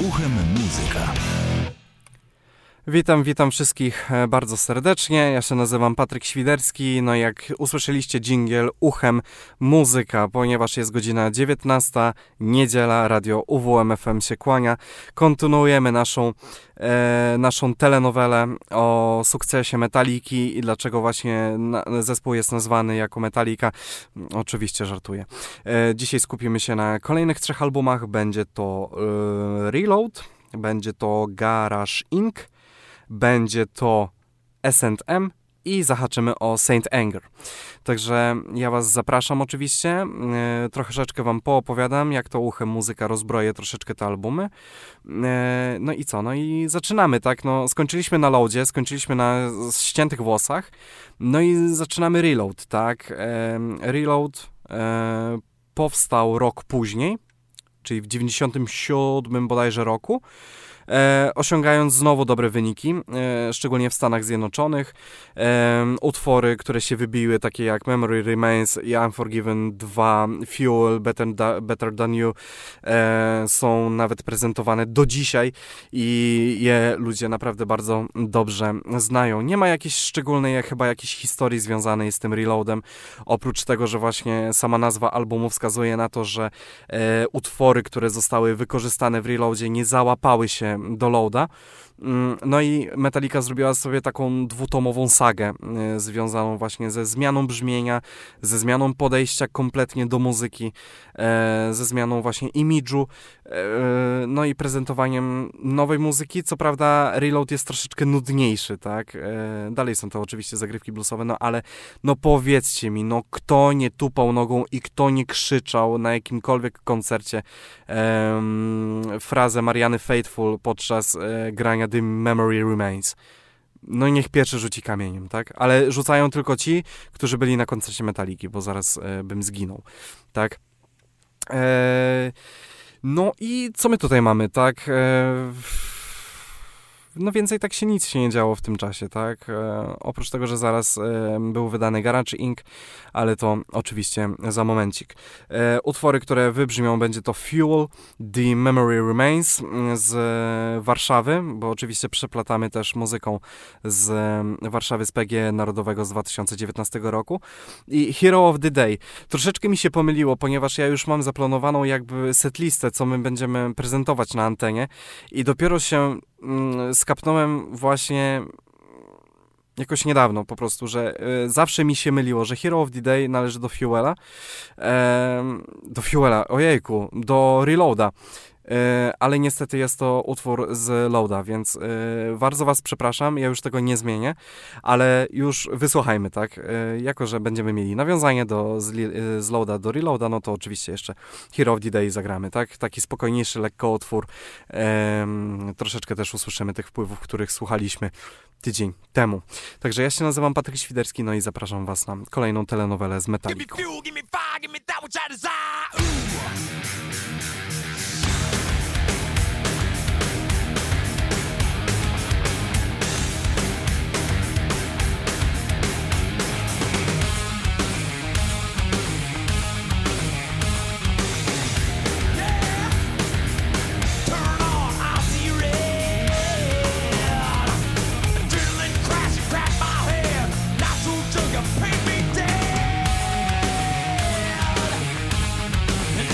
Uchem Muzyka. Witam wszystkich bardzo serdecznie. Ja się nazywam Patryk Świderski. No jak usłyszeliście dżingiel Uchem Muzyka, ponieważ jest godzina 19, niedziela, radio UWM FM się kłania. Kontynuujemy naszą telenowelę o sukcesie Metaliki i dlaczego właśnie zespół jest nazwany jako Metallica. Oczywiście żartuję. Dzisiaj skupimy się na kolejnych 3 albumach. Będzie to Reload, będzie to Garage Inc., będzie to S&M i zahaczymy o Saint Anger. Także ja was zapraszam oczywiście, troszeczkę wam poopowiadam, jak to Uchem Muzyka rozbroję troszeczkę te albumy. No i co? No i zaczynamy, tak? No, skończyliśmy na Loadzie, skończyliśmy na ściętych włosach, no i zaczynamy Reload, tak? Reload powstał rok później, czyli w 97 bodajże roku, osiągając znowu dobre wyniki, szczególnie w Stanach Zjednoczonych. Utwory, które się wybiły, takie jak Memory Remains i Unforgiven 2, Fuel, Better Than You, są nawet prezentowane do dzisiaj i je ludzie naprawdę bardzo dobrze znają. Nie ma jakiejś szczególnej chyba jakiejś historii związanej z tym Reloadem, oprócz tego, że właśnie sama nazwa albumu wskazuje na to, że utwory, które zostały wykorzystane w Reloadzie, nie załapały się do Loada. No i Metallica zrobiła sobie taką 2-tomową sagę związaną właśnie ze zmianą brzmienia, ze zmianą podejścia kompletnie do muzyki, ze zmianą właśnie imidżu, no i prezentowaniem nowej muzyki. Co prawda Reload jest troszeczkę nudniejszy, tak? Dalej są to oczywiście zagrywki bluesowe, no ale no powiedzcie mi, no kto nie tupał nogą i kto nie krzyczał na jakimkolwiek koncercie frazę Mariany Faithfull podczas grania The Memory Remains. No niech pierwszy rzuci kamieniem, tak? Ale rzucają tylko ci, którzy byli na koncercie Metalliki, bo zaraz bym zginął, tak? No i co my tutaj mamy, tak? No więcej tak się nic się nie działo w tym czasie, tak? Oprócz tego, że zaraz był wydany Garage Inc., ale to oczywiście za momencik. Utwory, które wybrzmią, będzie to Fuel, The Memory Remains z Warszawy, bo oczywiście przeplatamy też muzyką z Warszawy z PG Narodowego z 2019 roku i Hero of the Day. Troszeczkę mi się pomyliło, ponieważ ja już mam zaplanowaną jakby setlistę, co my będziemy prezentować na antenie i dopiero się skapnąłem właśnie jakoś niedawno po prostu, że zawsze mi się myliło, że Hero of the Day należy do Fuela, ojejku, do Reloada. Ale niestety jest to utwór z Loada, więc bardzo was przepraszam, ja już tego nie zmienię, ale już wysłuchajmy, tak? Jako że będziemy mieli nawiązanie z Loada do Reloada, no to oczywiście jeszcze Hero of the Day zagramy, tak? Taki spokojniejszy, lekko utwór. Troszeczkę też usłyszymy tych wpływów, których słuchaliśmy tydzień temu. Także ja się nazywam Patryk Świderski, no i zapraszam was na kolejną telenowelę z Metallicą. Paint me dead.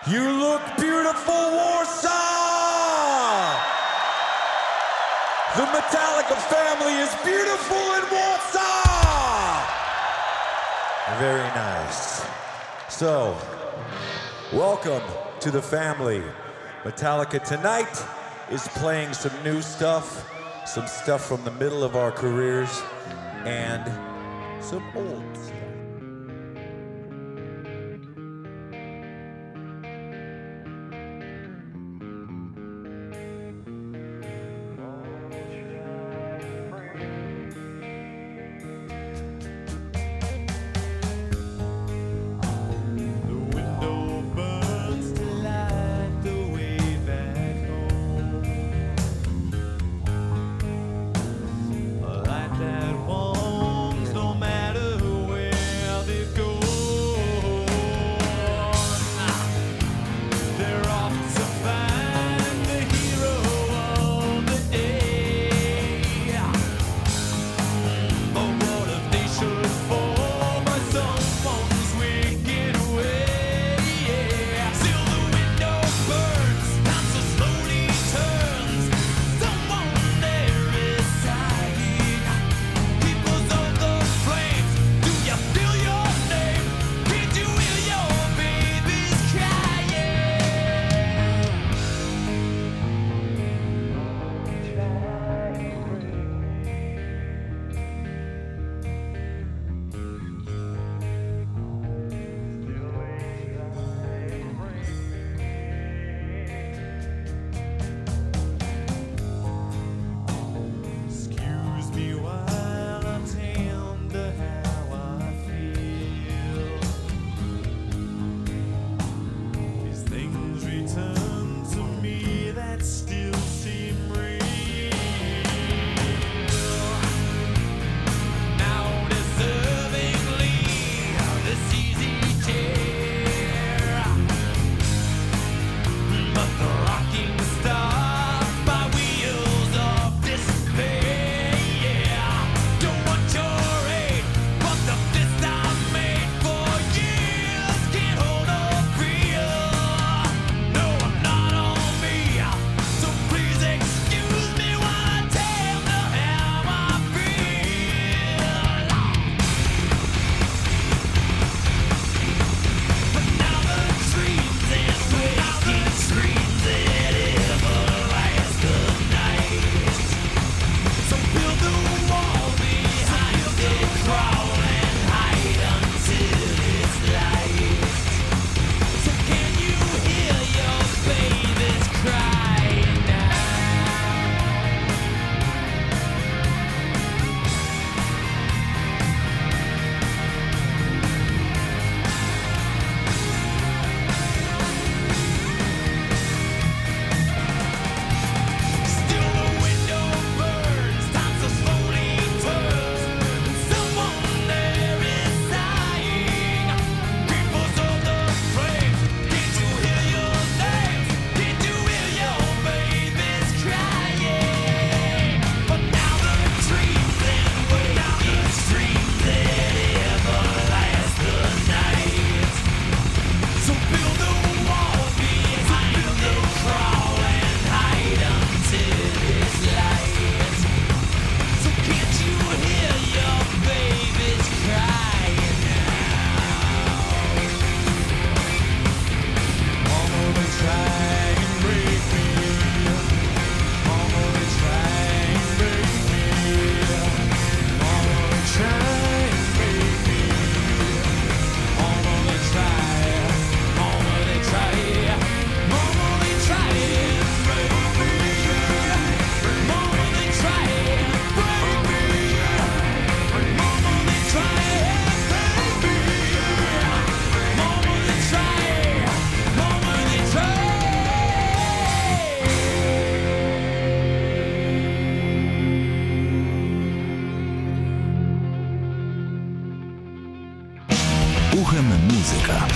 You look beautiful, Warsaw! The Metallica family is beautiful in Warsaw! Very nice. So, welcome to the family. Metallica tonight is playing some new stuff, some stuff from the middle of our careers, and some old stuff. muzyka.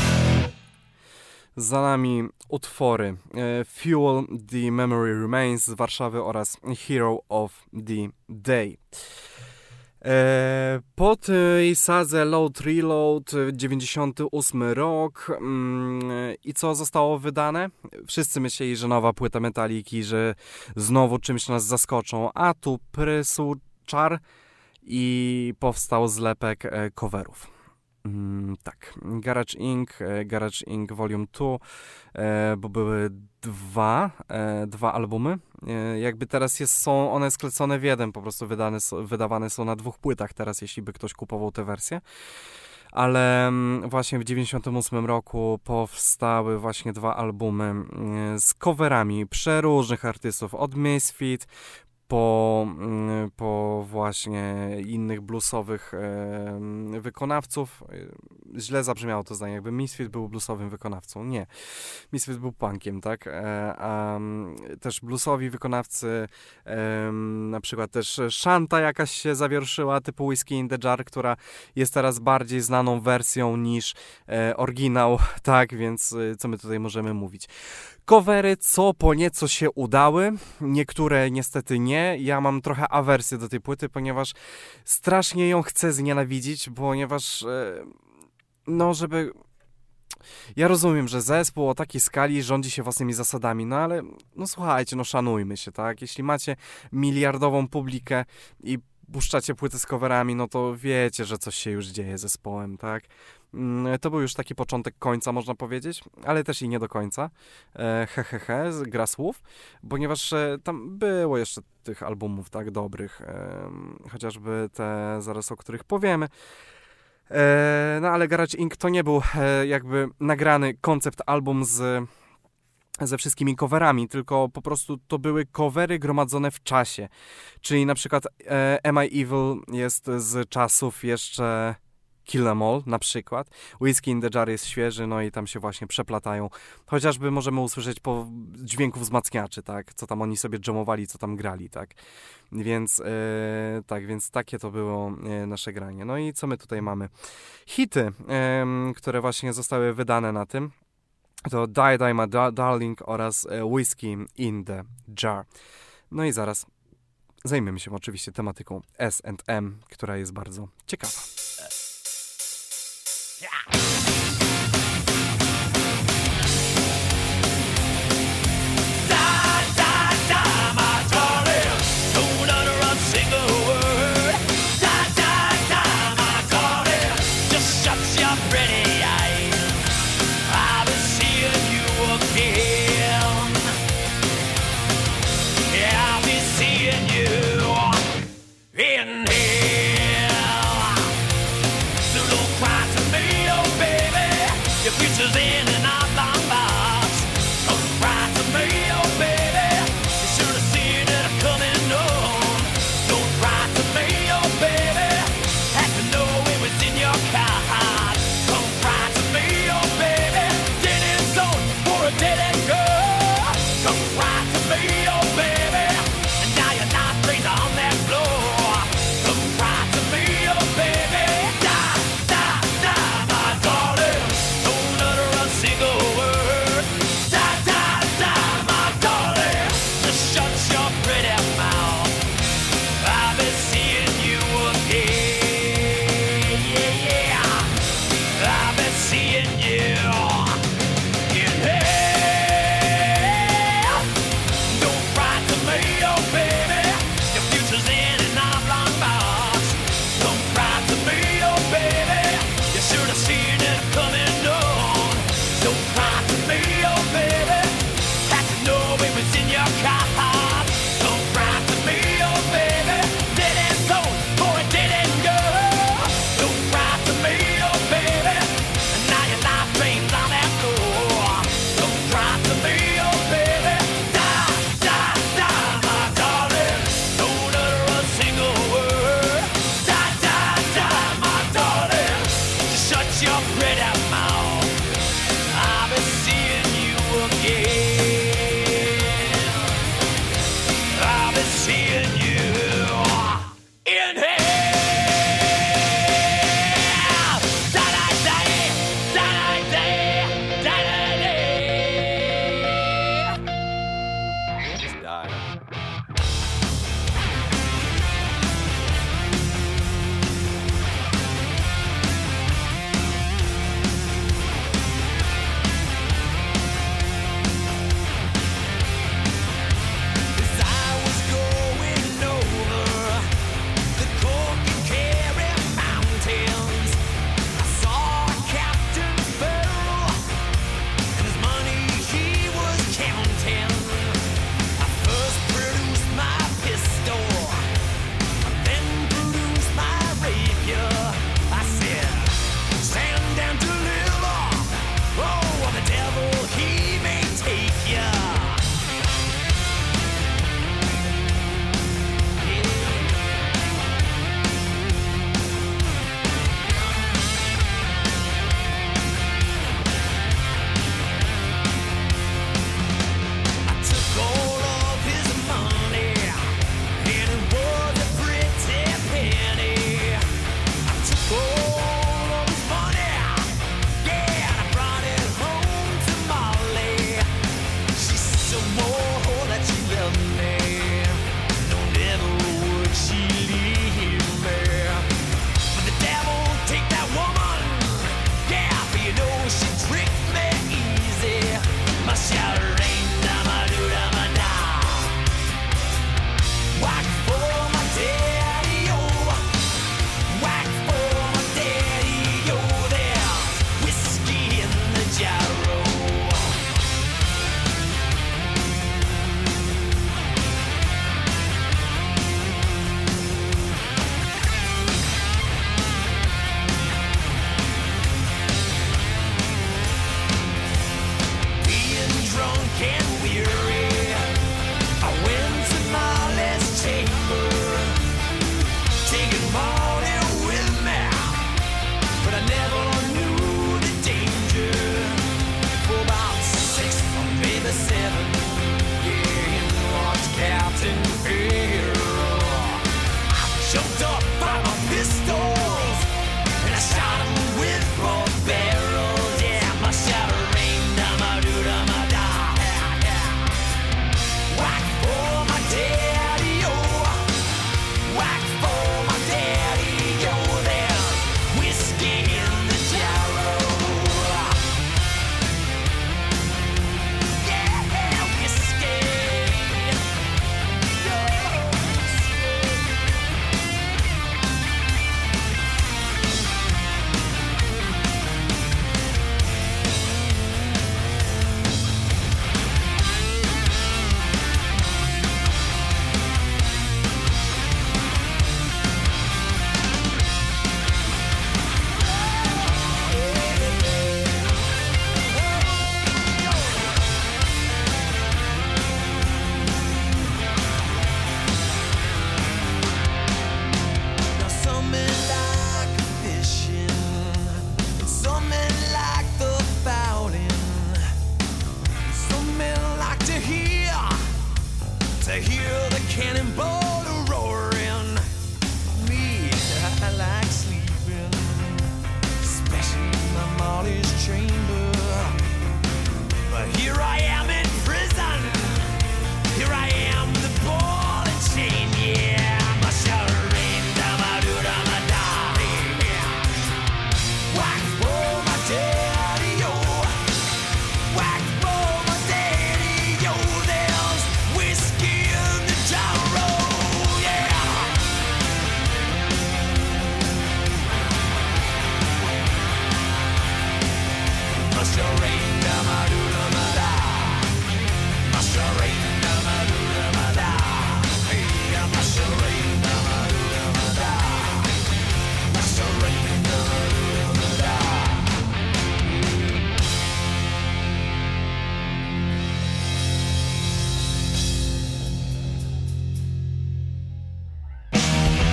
Za nami utwory Fuel, The Memory Remains z Warszawy oraz Hero of the Day. Po tej sadze Load Reload 98 rok i co zostało wydane? Wszyscy myśleli, że nowa płyta Metaliki, że znowu czymś nas zaskoczą, a tu prysł czar i powstał zlepek coverów. Tak, Garage Inc. Volume 2, bo były dwa albumy. Jakby teraz są one sklecone w jeden, po prostu wydawane są na 2 płytach teraz, jeśli by ktoś kupował tę wersję. Ale właśnie w 98 roku powstały właśnie 2 albumy z coverami przeróżnych artystów, od Misfit po właśnie innych bluesowych wykonawców. Źle zabrzmiało to zdanie, jakby Misfit był bluesowym wykonawcą. Nie. Misfit był punkiem, tak? A też bluesowi wykonawcy, na przykład też Shanta jakaś się zawierszyła, typu Whiskey in the Jar, która jest teraz bardziej znaną wersją niż oryginał, tak? Więc co my tutaj możemy mówić? Covery co po nieco się udały, niektóre niestety nie. Ja mam trochę awersję do tej płyty, ponieważ strasznie ją chcę znienawidzić, ponieważ żeby... Ja rozumiem, że zespół o takiej skali rządzi się własnymi zasadami, no ale słuchajcie, szanujmy się, tak? Jeśli macie miliardową publikę i puszczacie płyty z coverami, no to wiecie, że coś się już dzieje z zespołem, tak? To był już taki początek końca, można powiedzieć, ale też i nie do końca. Gra słów, ponieważ tam było jeszcze tych albumów tak dobrych, chociażby te zaraz, o których powiemy. Ale Garage Inc. to nie był jakby nagrany koncept album ze wszystkimi coverami, tylko po prostu to były covery gromadzone w czasie. Czyli na przykład Am I Evil jest z czasów jeszcze Kill 'Em All na przykład. Whiskey in the Jar jest świeży, no i tam się właśnie przeplatają. Chociażby możemy usłyszeć po dźwięku wzmacniaczy, tak? Co tam oni sobie dżemowali, co tam grali, tak? Więc więc takie to było nasze granie. No i co my tutaj mamy? Hity, które właśnie zostały wydane na tym. To Die Die My Darling oraz Whiskey in the Jar. No i zaraz zajmiemy się oczywiście tematyką S&M, która jest bardzo ciekawa.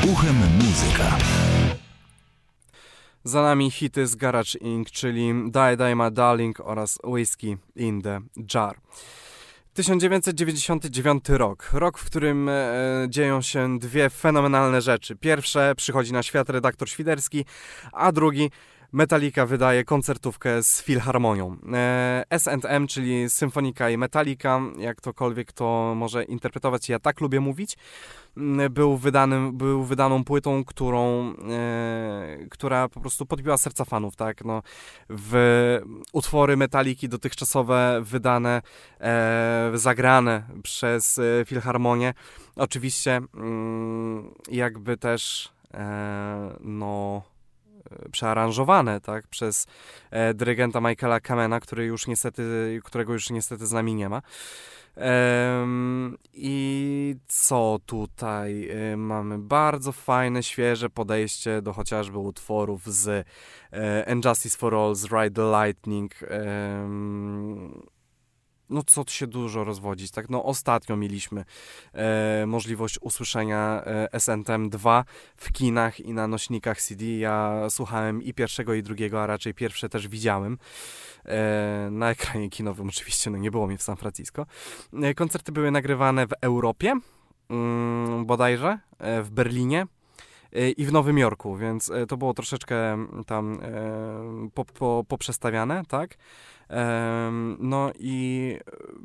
Uchem Muzyka. Za nami hity z Garage Inc., czyli Die Die My Darling oraz Whiskey in the Jar. 1999 rok. Rok, w którym dzieją się dwie fenomenalne rzeczy. Pierwsze, przychodzi na świat redaktor Świderski, a drugi, Metallica wydaje koncertówkę z filharmonią. S&M, czyli Symfonika i Metallica, jak ktokolwiek to może interpretować, ja tak lubię mówić, był wydaną płytą, która po prostu podbiła serca fanów, tak? No, w utwory Metalliki dotychczasowe wydane, zagrane przez filharmonię, oczywiście jakby też przearanżowane, tak, przez dyrygenta Michaela Kamena, którego już niestety z nami nie ma. I co tutaj? Mamy bardzo fajne, świeże podejście do chociażby utworów z And Justice for All, z Ride the Lightning. No co tu się dużo rozwodzić, tak? No ostatnio mieliśmy możliwość usłyszenia S&M 2 w kinach i na nośnikach CD. Ja słuchałem i pierwszego, i drugiego, a raczej pierwsze też widziałem. Na ekranie kinowym oczywiście, no nie było mnie w San Francisco. Koncerty były nagrywane w Europie, bodajże, w Berlinie i w Nowym Jorku, więc to było troszeczkę tam poprzestawiane, tak? No i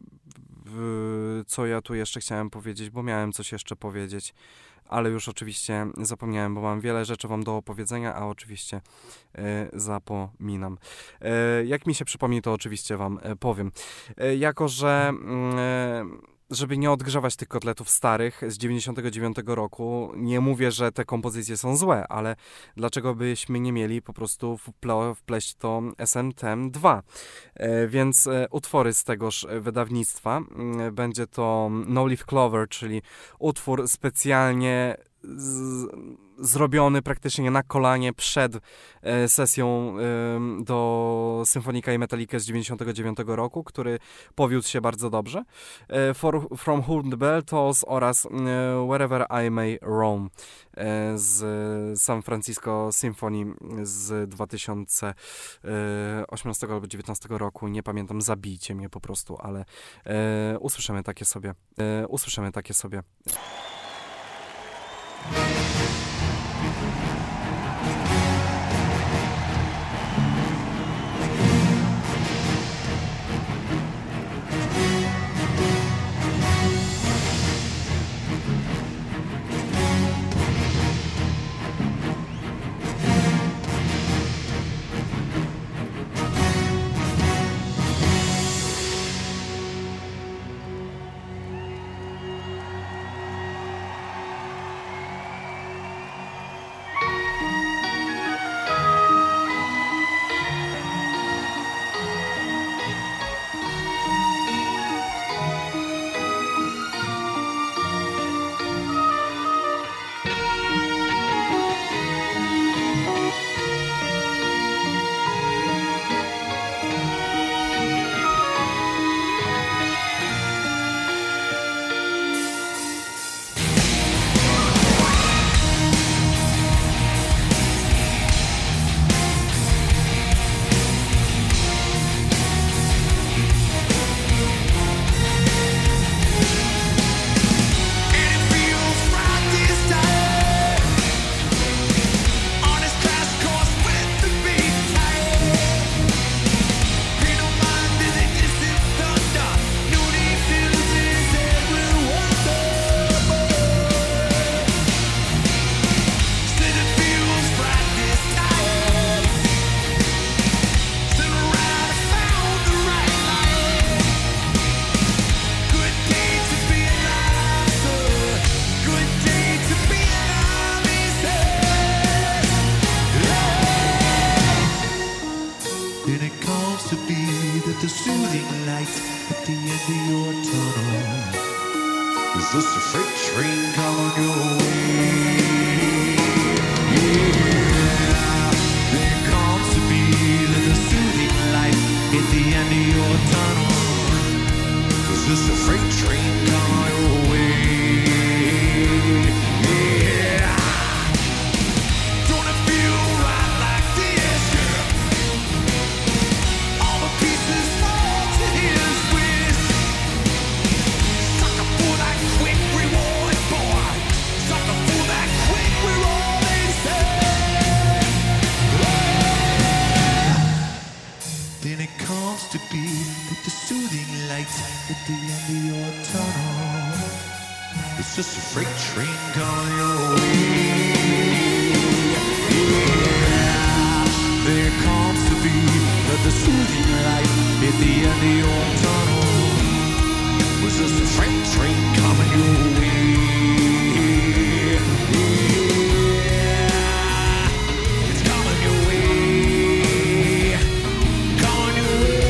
co ja tu jeszcze chciałem powiedzieć, bo miałem coś jeszcze powiedzieć, ale już oczywiście zapomniałem, bo mam wiele rzeczy wam do opowiedzenia, a oczywiście zapominam. Jak mi się przypomni, to oczywiście wam powiem. Jako że żeby nie odgrzewać tych kotletów starych z 99 roku, nie mówię, że te kompozycje są złe, ale dlaczego byśmy nie mieli po prostu wpleść to S&M 2. Więc utwory z tegoż wydawnictwa, będzie to No Leaf Clover, czyli utwór specjalnie zrobiony praktycznie na kolanie przed sesją do Symfonika i Metallica z 99 roku, który powiódł się bardzo dobrze. From Whom the Bell Tolls oraz Wherever I May Roam z San Francisco Symphony z 2018 albo 2019 roku. Nie pamiętam, zabijcie mnie po prostu, ale usłyszymy takie sobie. just a freight train coming your way. Yeah, there comes to be the soothing light at the end of your tunnel. Was just a freight train coming your way. Yeah, it's coming your way, coming your way.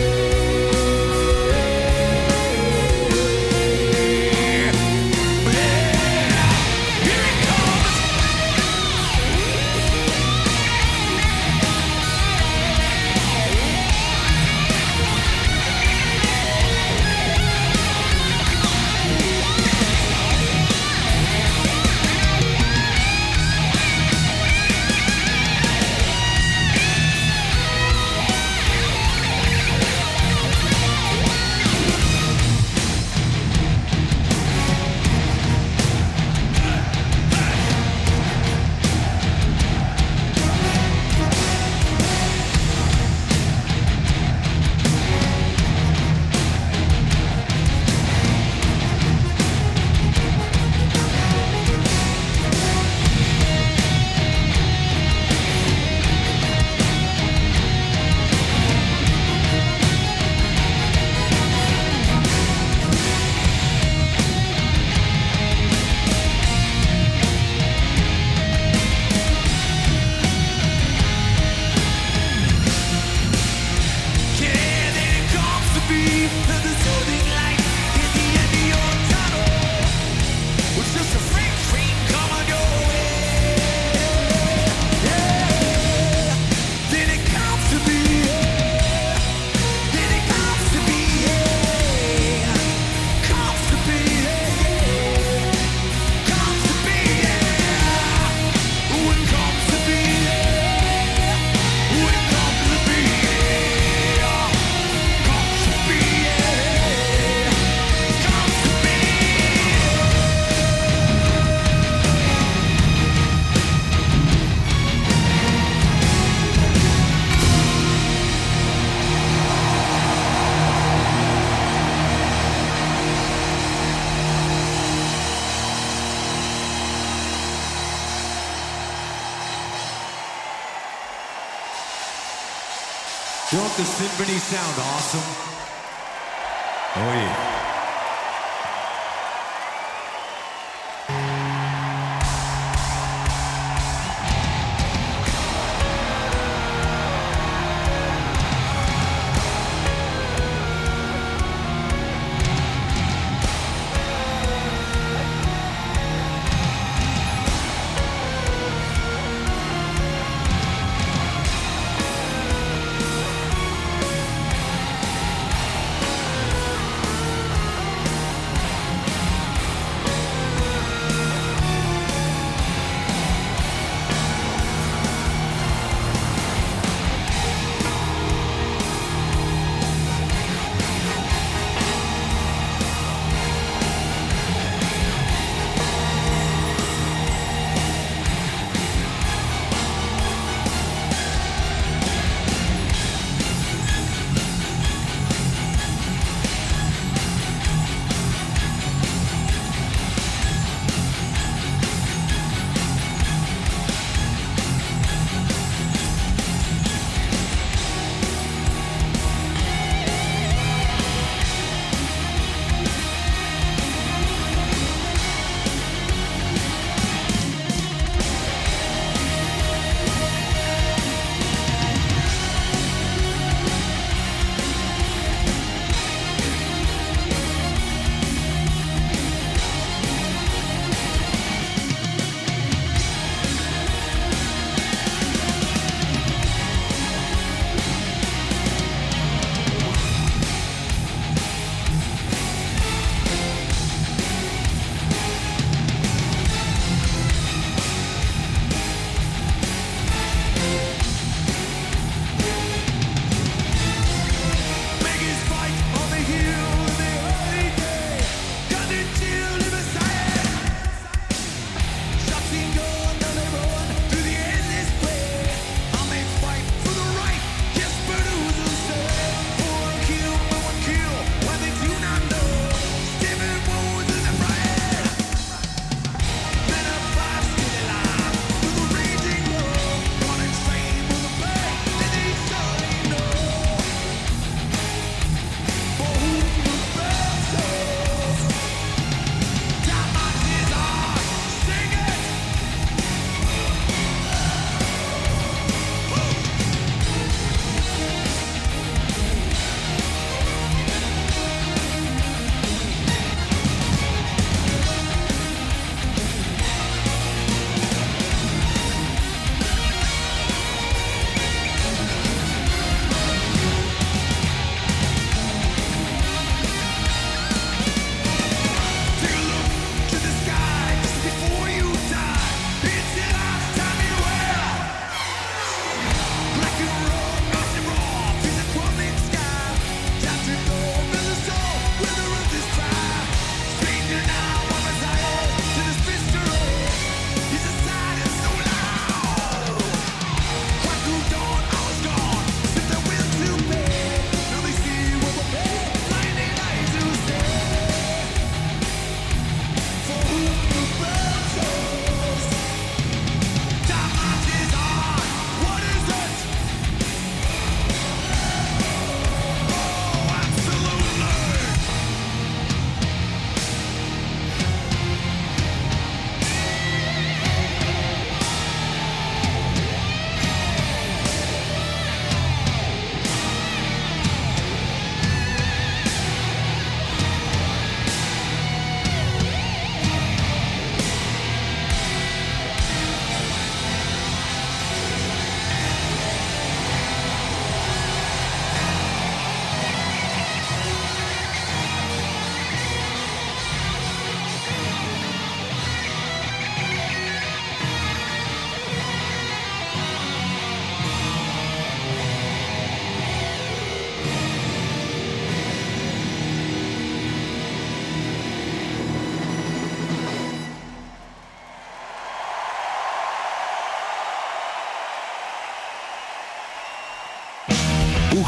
Don't the symphony sound awesome? Oh yeah.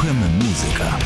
Uchem Muzyka.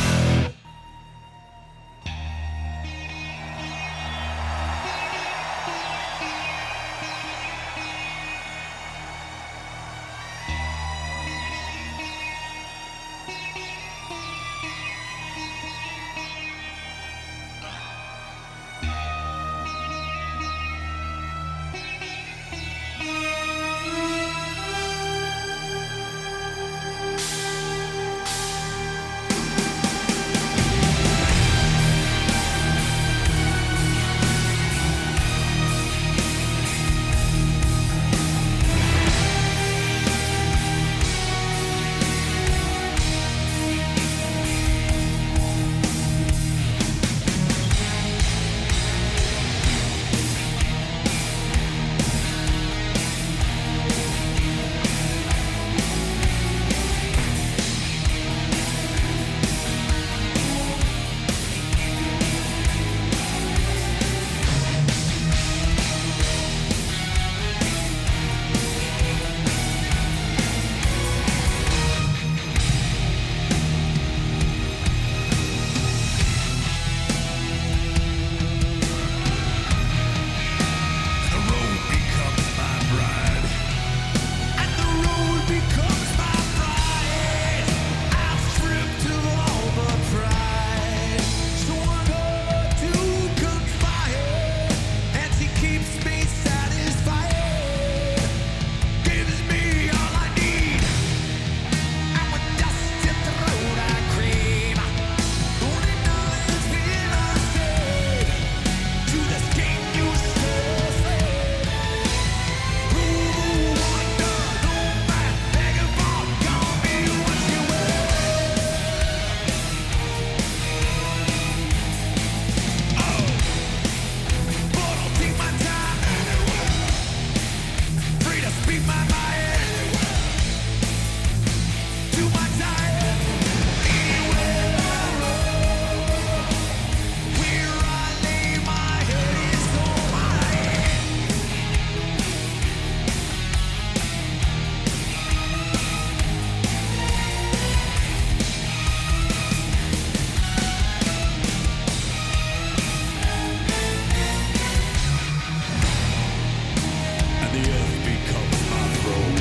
The earth becomes my throne.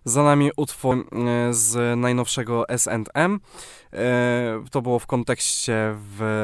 Za nami utwór z najnowszego S&M. To było w kontekście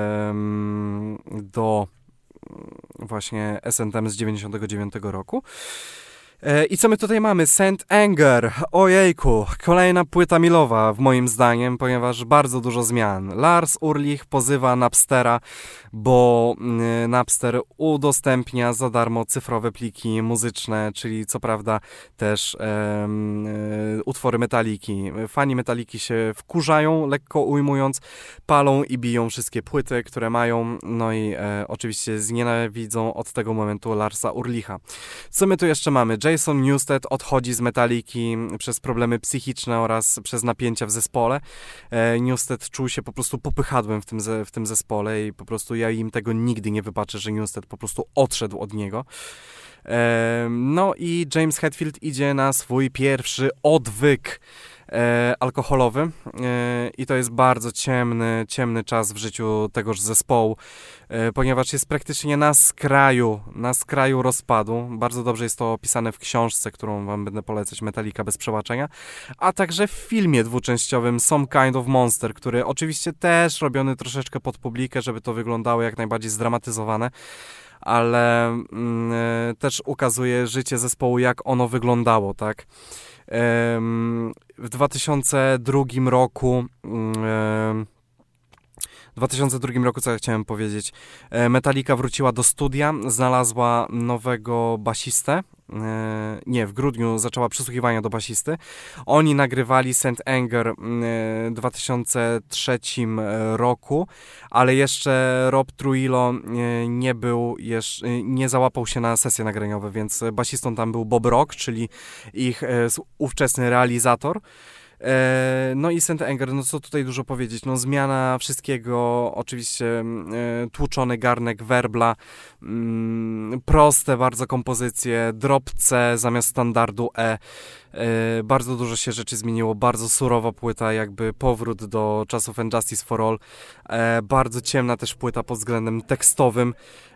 do właśnie S&M z 99 roku. I co my tutaj mamy? St. Anger. Ojejku, kolejna płyta milowa moim zdaniem, ponieważ bardzo dużo zmian. Lars Ulrich pozywa Napstera, bo Napster udostępnia za darmo cyfrowe pliki muzyczne, czyli co prawda też utwory Metaliki. Fani Metaliki się wkurzają, lekko ujmując, palą i biją wszystkie płyty, które mają, no i oczywiście znienawidzą od tego momentu Larsa Ulricha. Co my tu jeszcze mamy? Jason Newsted odchodzi z Metaliki przez problemy psychiczne oraz przez napięcia w zespole. Newsted czuł się po prostu popychadłem w tym zespole i po prostu ja im tego nigdy nie wybaczę, że Newsted po prostu odszedł od niego. No i James Hetfield idzie na swój pierwszy odwyk alkoholowy i to jest bardzo ciemny czas w życiu tegoż zespołu, ponieważ jest praktycznie na skraju rozpadu. Bardzo dobrze jest to opisane w książce, którą wam będę polecać, Metallica bez przebaczenia, a także w filmie dwuczęściowym Some Kind of Monster, który oczywiście też robiony troszeczkę pod publikę, żeby to wyglądało jak najbardziej zdramatyzowane, ale też ukazuje życie zespołu, jak ono wyglądało, tak? W 2002 roku, co ja chciałem powiedzieć, Metallica wróciła do studia, znalazła nowego basistę. W grudniu zaczęła przesłuchiwania do basisty. Oni nagrywali St. Anger w 2003 roku, ale jeszcze Rob Trujillo nie załapał się na sesje nagraniowe, więc basistą tam był Bob Rock, czyli ich ówczesny realizator. No i St. Anger, no co tutaj dużo powiedzieć, no zmiana wszystkiego, oczywiście tłuczony garnek werbla, proste bardzo kompozycje, drop C zamiast standardu E, bardzo dużo się rzeczy zmieniło, bardzo surowa płyta, jakby powrót do czasów And Justice for All, bardzo ciemna też płyta pod względem tekstowym,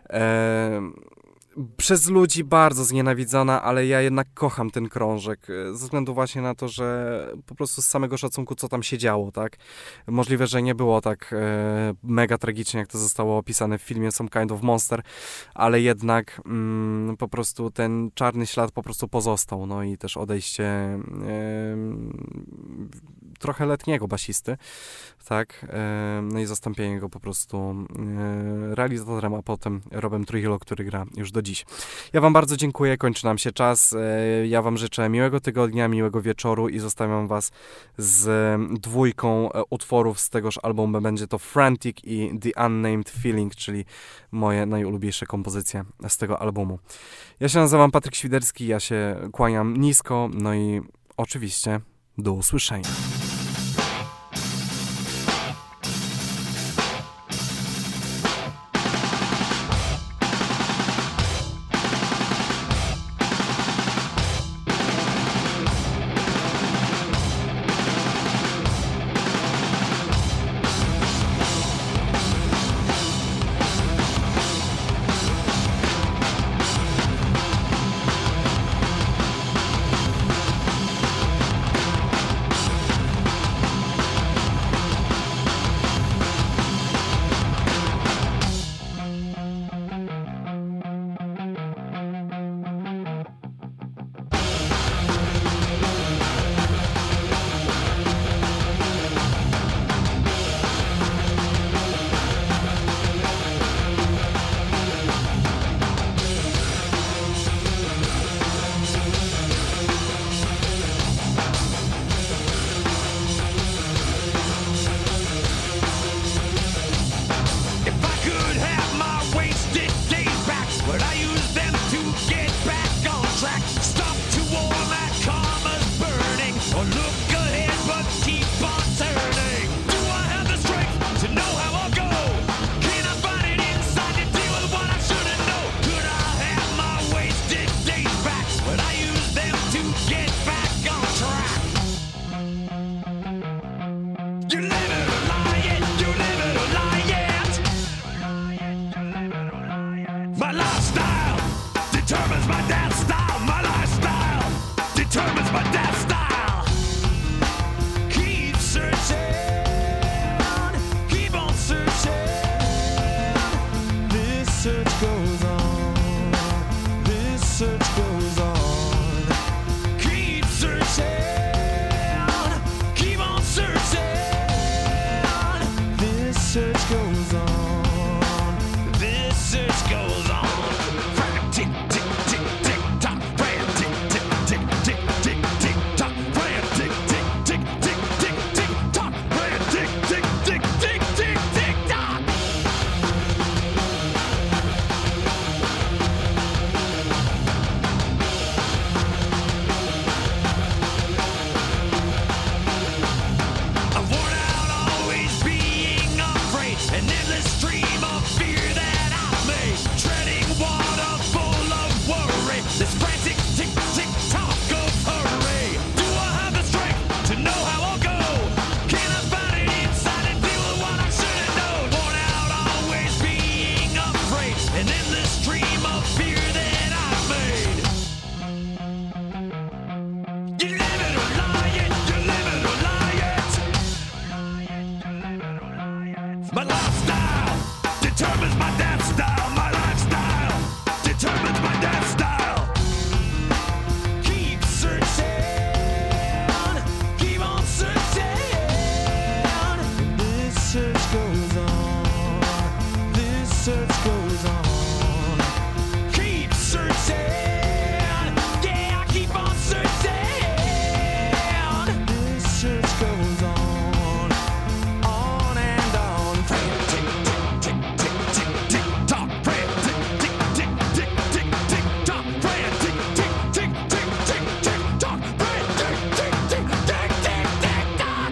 przez ludzi bardzo znienawidzona, ale ja jednak kocham ten krążek, ze względu właśnie na to, że po prostu z samego szacunku, co tam się działo, tak? Możliwe, że nie było tak mega tragicznie, jak to zostało opisane w filmie Some Kind of Monster, ale jednak po prostu ten czarny ślad po prostu pozostał, no i też odejście trochę letniego basisty, tak? No i zastąpienie go po prostu realizatorem, a potem Robem Trujillo, który gra już do dziś. Ja wam bardzo dziękuję, kończy nam się czas. Ja wam życzę miłego tygodnia, miłego wieczoru i zostawiam was z dwójką utworów z tegoż albumu. Będzie to Frantic i The Unnamed Feeling, czyli moje najulubieńsze kompozycje z tego albumu. Ja się nazywam Patryk Świderski, ja się kłaniam nisko, no i oczywiście do usłyszenia. search goes on. This search goes on. Tick, tick, tick, tick, tock. Tick, tick, tick, tick, tick, tick, tock. Tick, tick, tick, tick, tick, tick, tock. Tick, tick, tick, tick, tick, tick, tock. I'm worn out, always being afraid. An endless stream of fear that I've made. Treading water full of worry. This frantic tick, tick, tock of hurry. Do I have the strength to know how I'll go? Can I find it inside and deal with what I should have known? Worn out, always being afraid. An endless stream of fear that I've made. You live it or lie it, you live it or lie it. My lifestyle determines my death style. My lifestyle determines my death style. Keep searching, keep on searching. This search goes on. This search goes on. Keep searching, yeah, I keep on searching. This search goes on and on. Tick, tick, tick, tick, tick, tick, tock. Tick, tick, tick, tick, tick, tick, tock. Tick, tick, tick, tick, tick, tick, tock. Tick, tick, tick, tick, tick, tick, tock.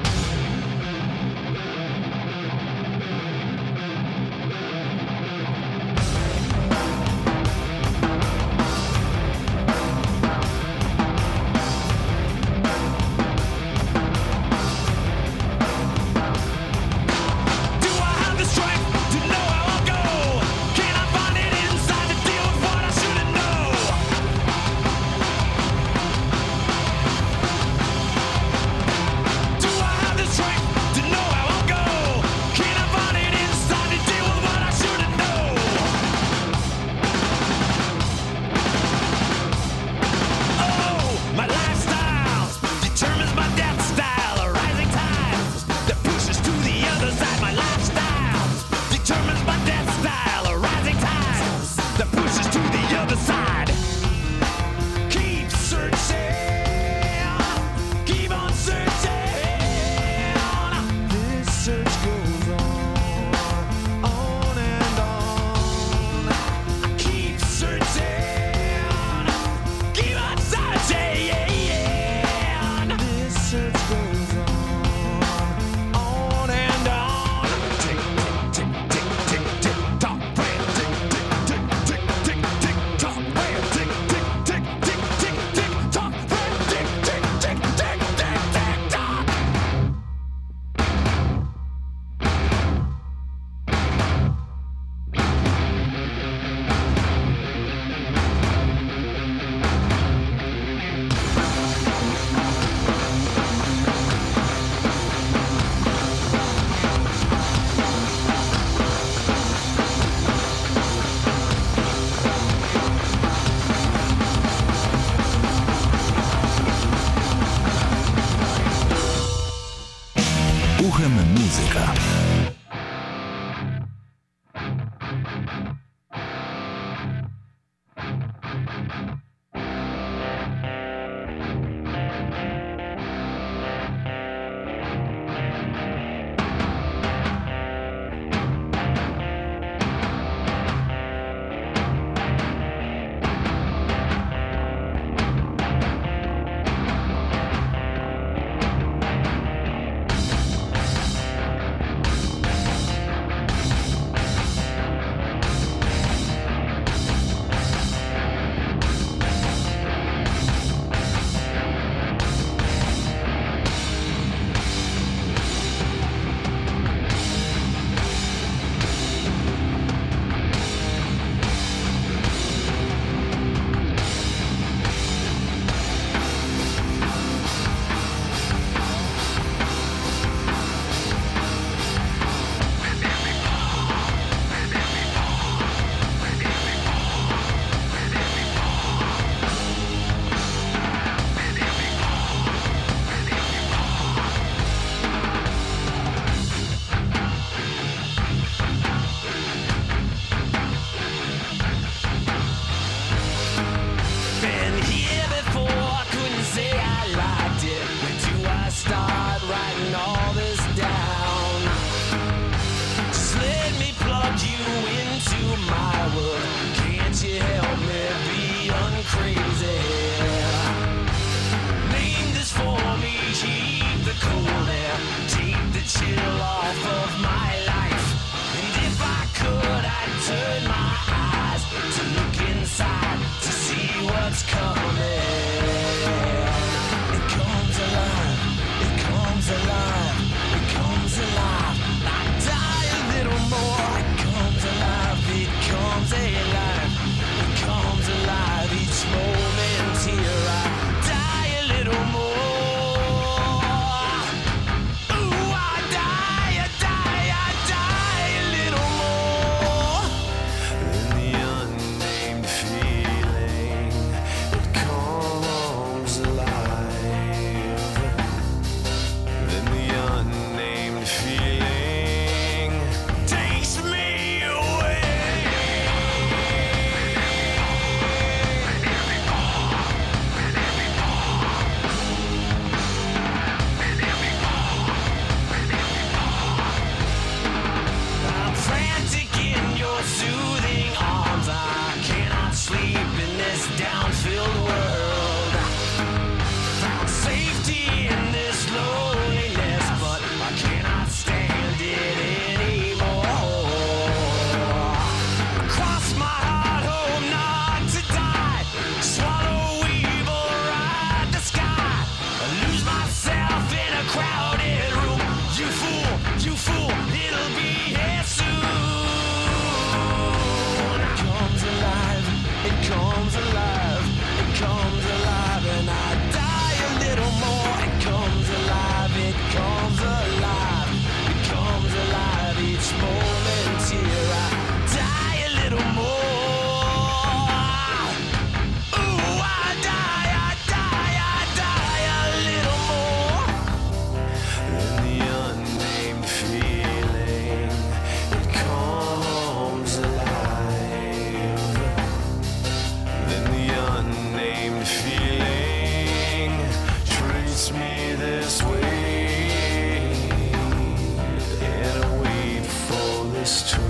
chill off of my life. And if I could, I'd turn my eyes to look inside to see what's coming. It comes alive, it comes alive, it comes alive. I die a little more. It comes alive, it comes alive, it comes alive. Each moment here I die a little more. Soothing arms, I cannot sleep in this down-filled world. Found safety in this loneliness, but I cannot stand it anymore. Cross my heart, hope not to die. Swallow evil, ride the sky. Lose myself in a crowded room. You fool, it'll be here soon. It comes alive, it comes alive, and I die a little more. It comes alive, it comes alive, it comes alive. Each moment here I die a little more. Ooh, I die a little more. Then the unnamed feeling, it comes alive. Then the unnamed feeling treats me this way, and I wait for this to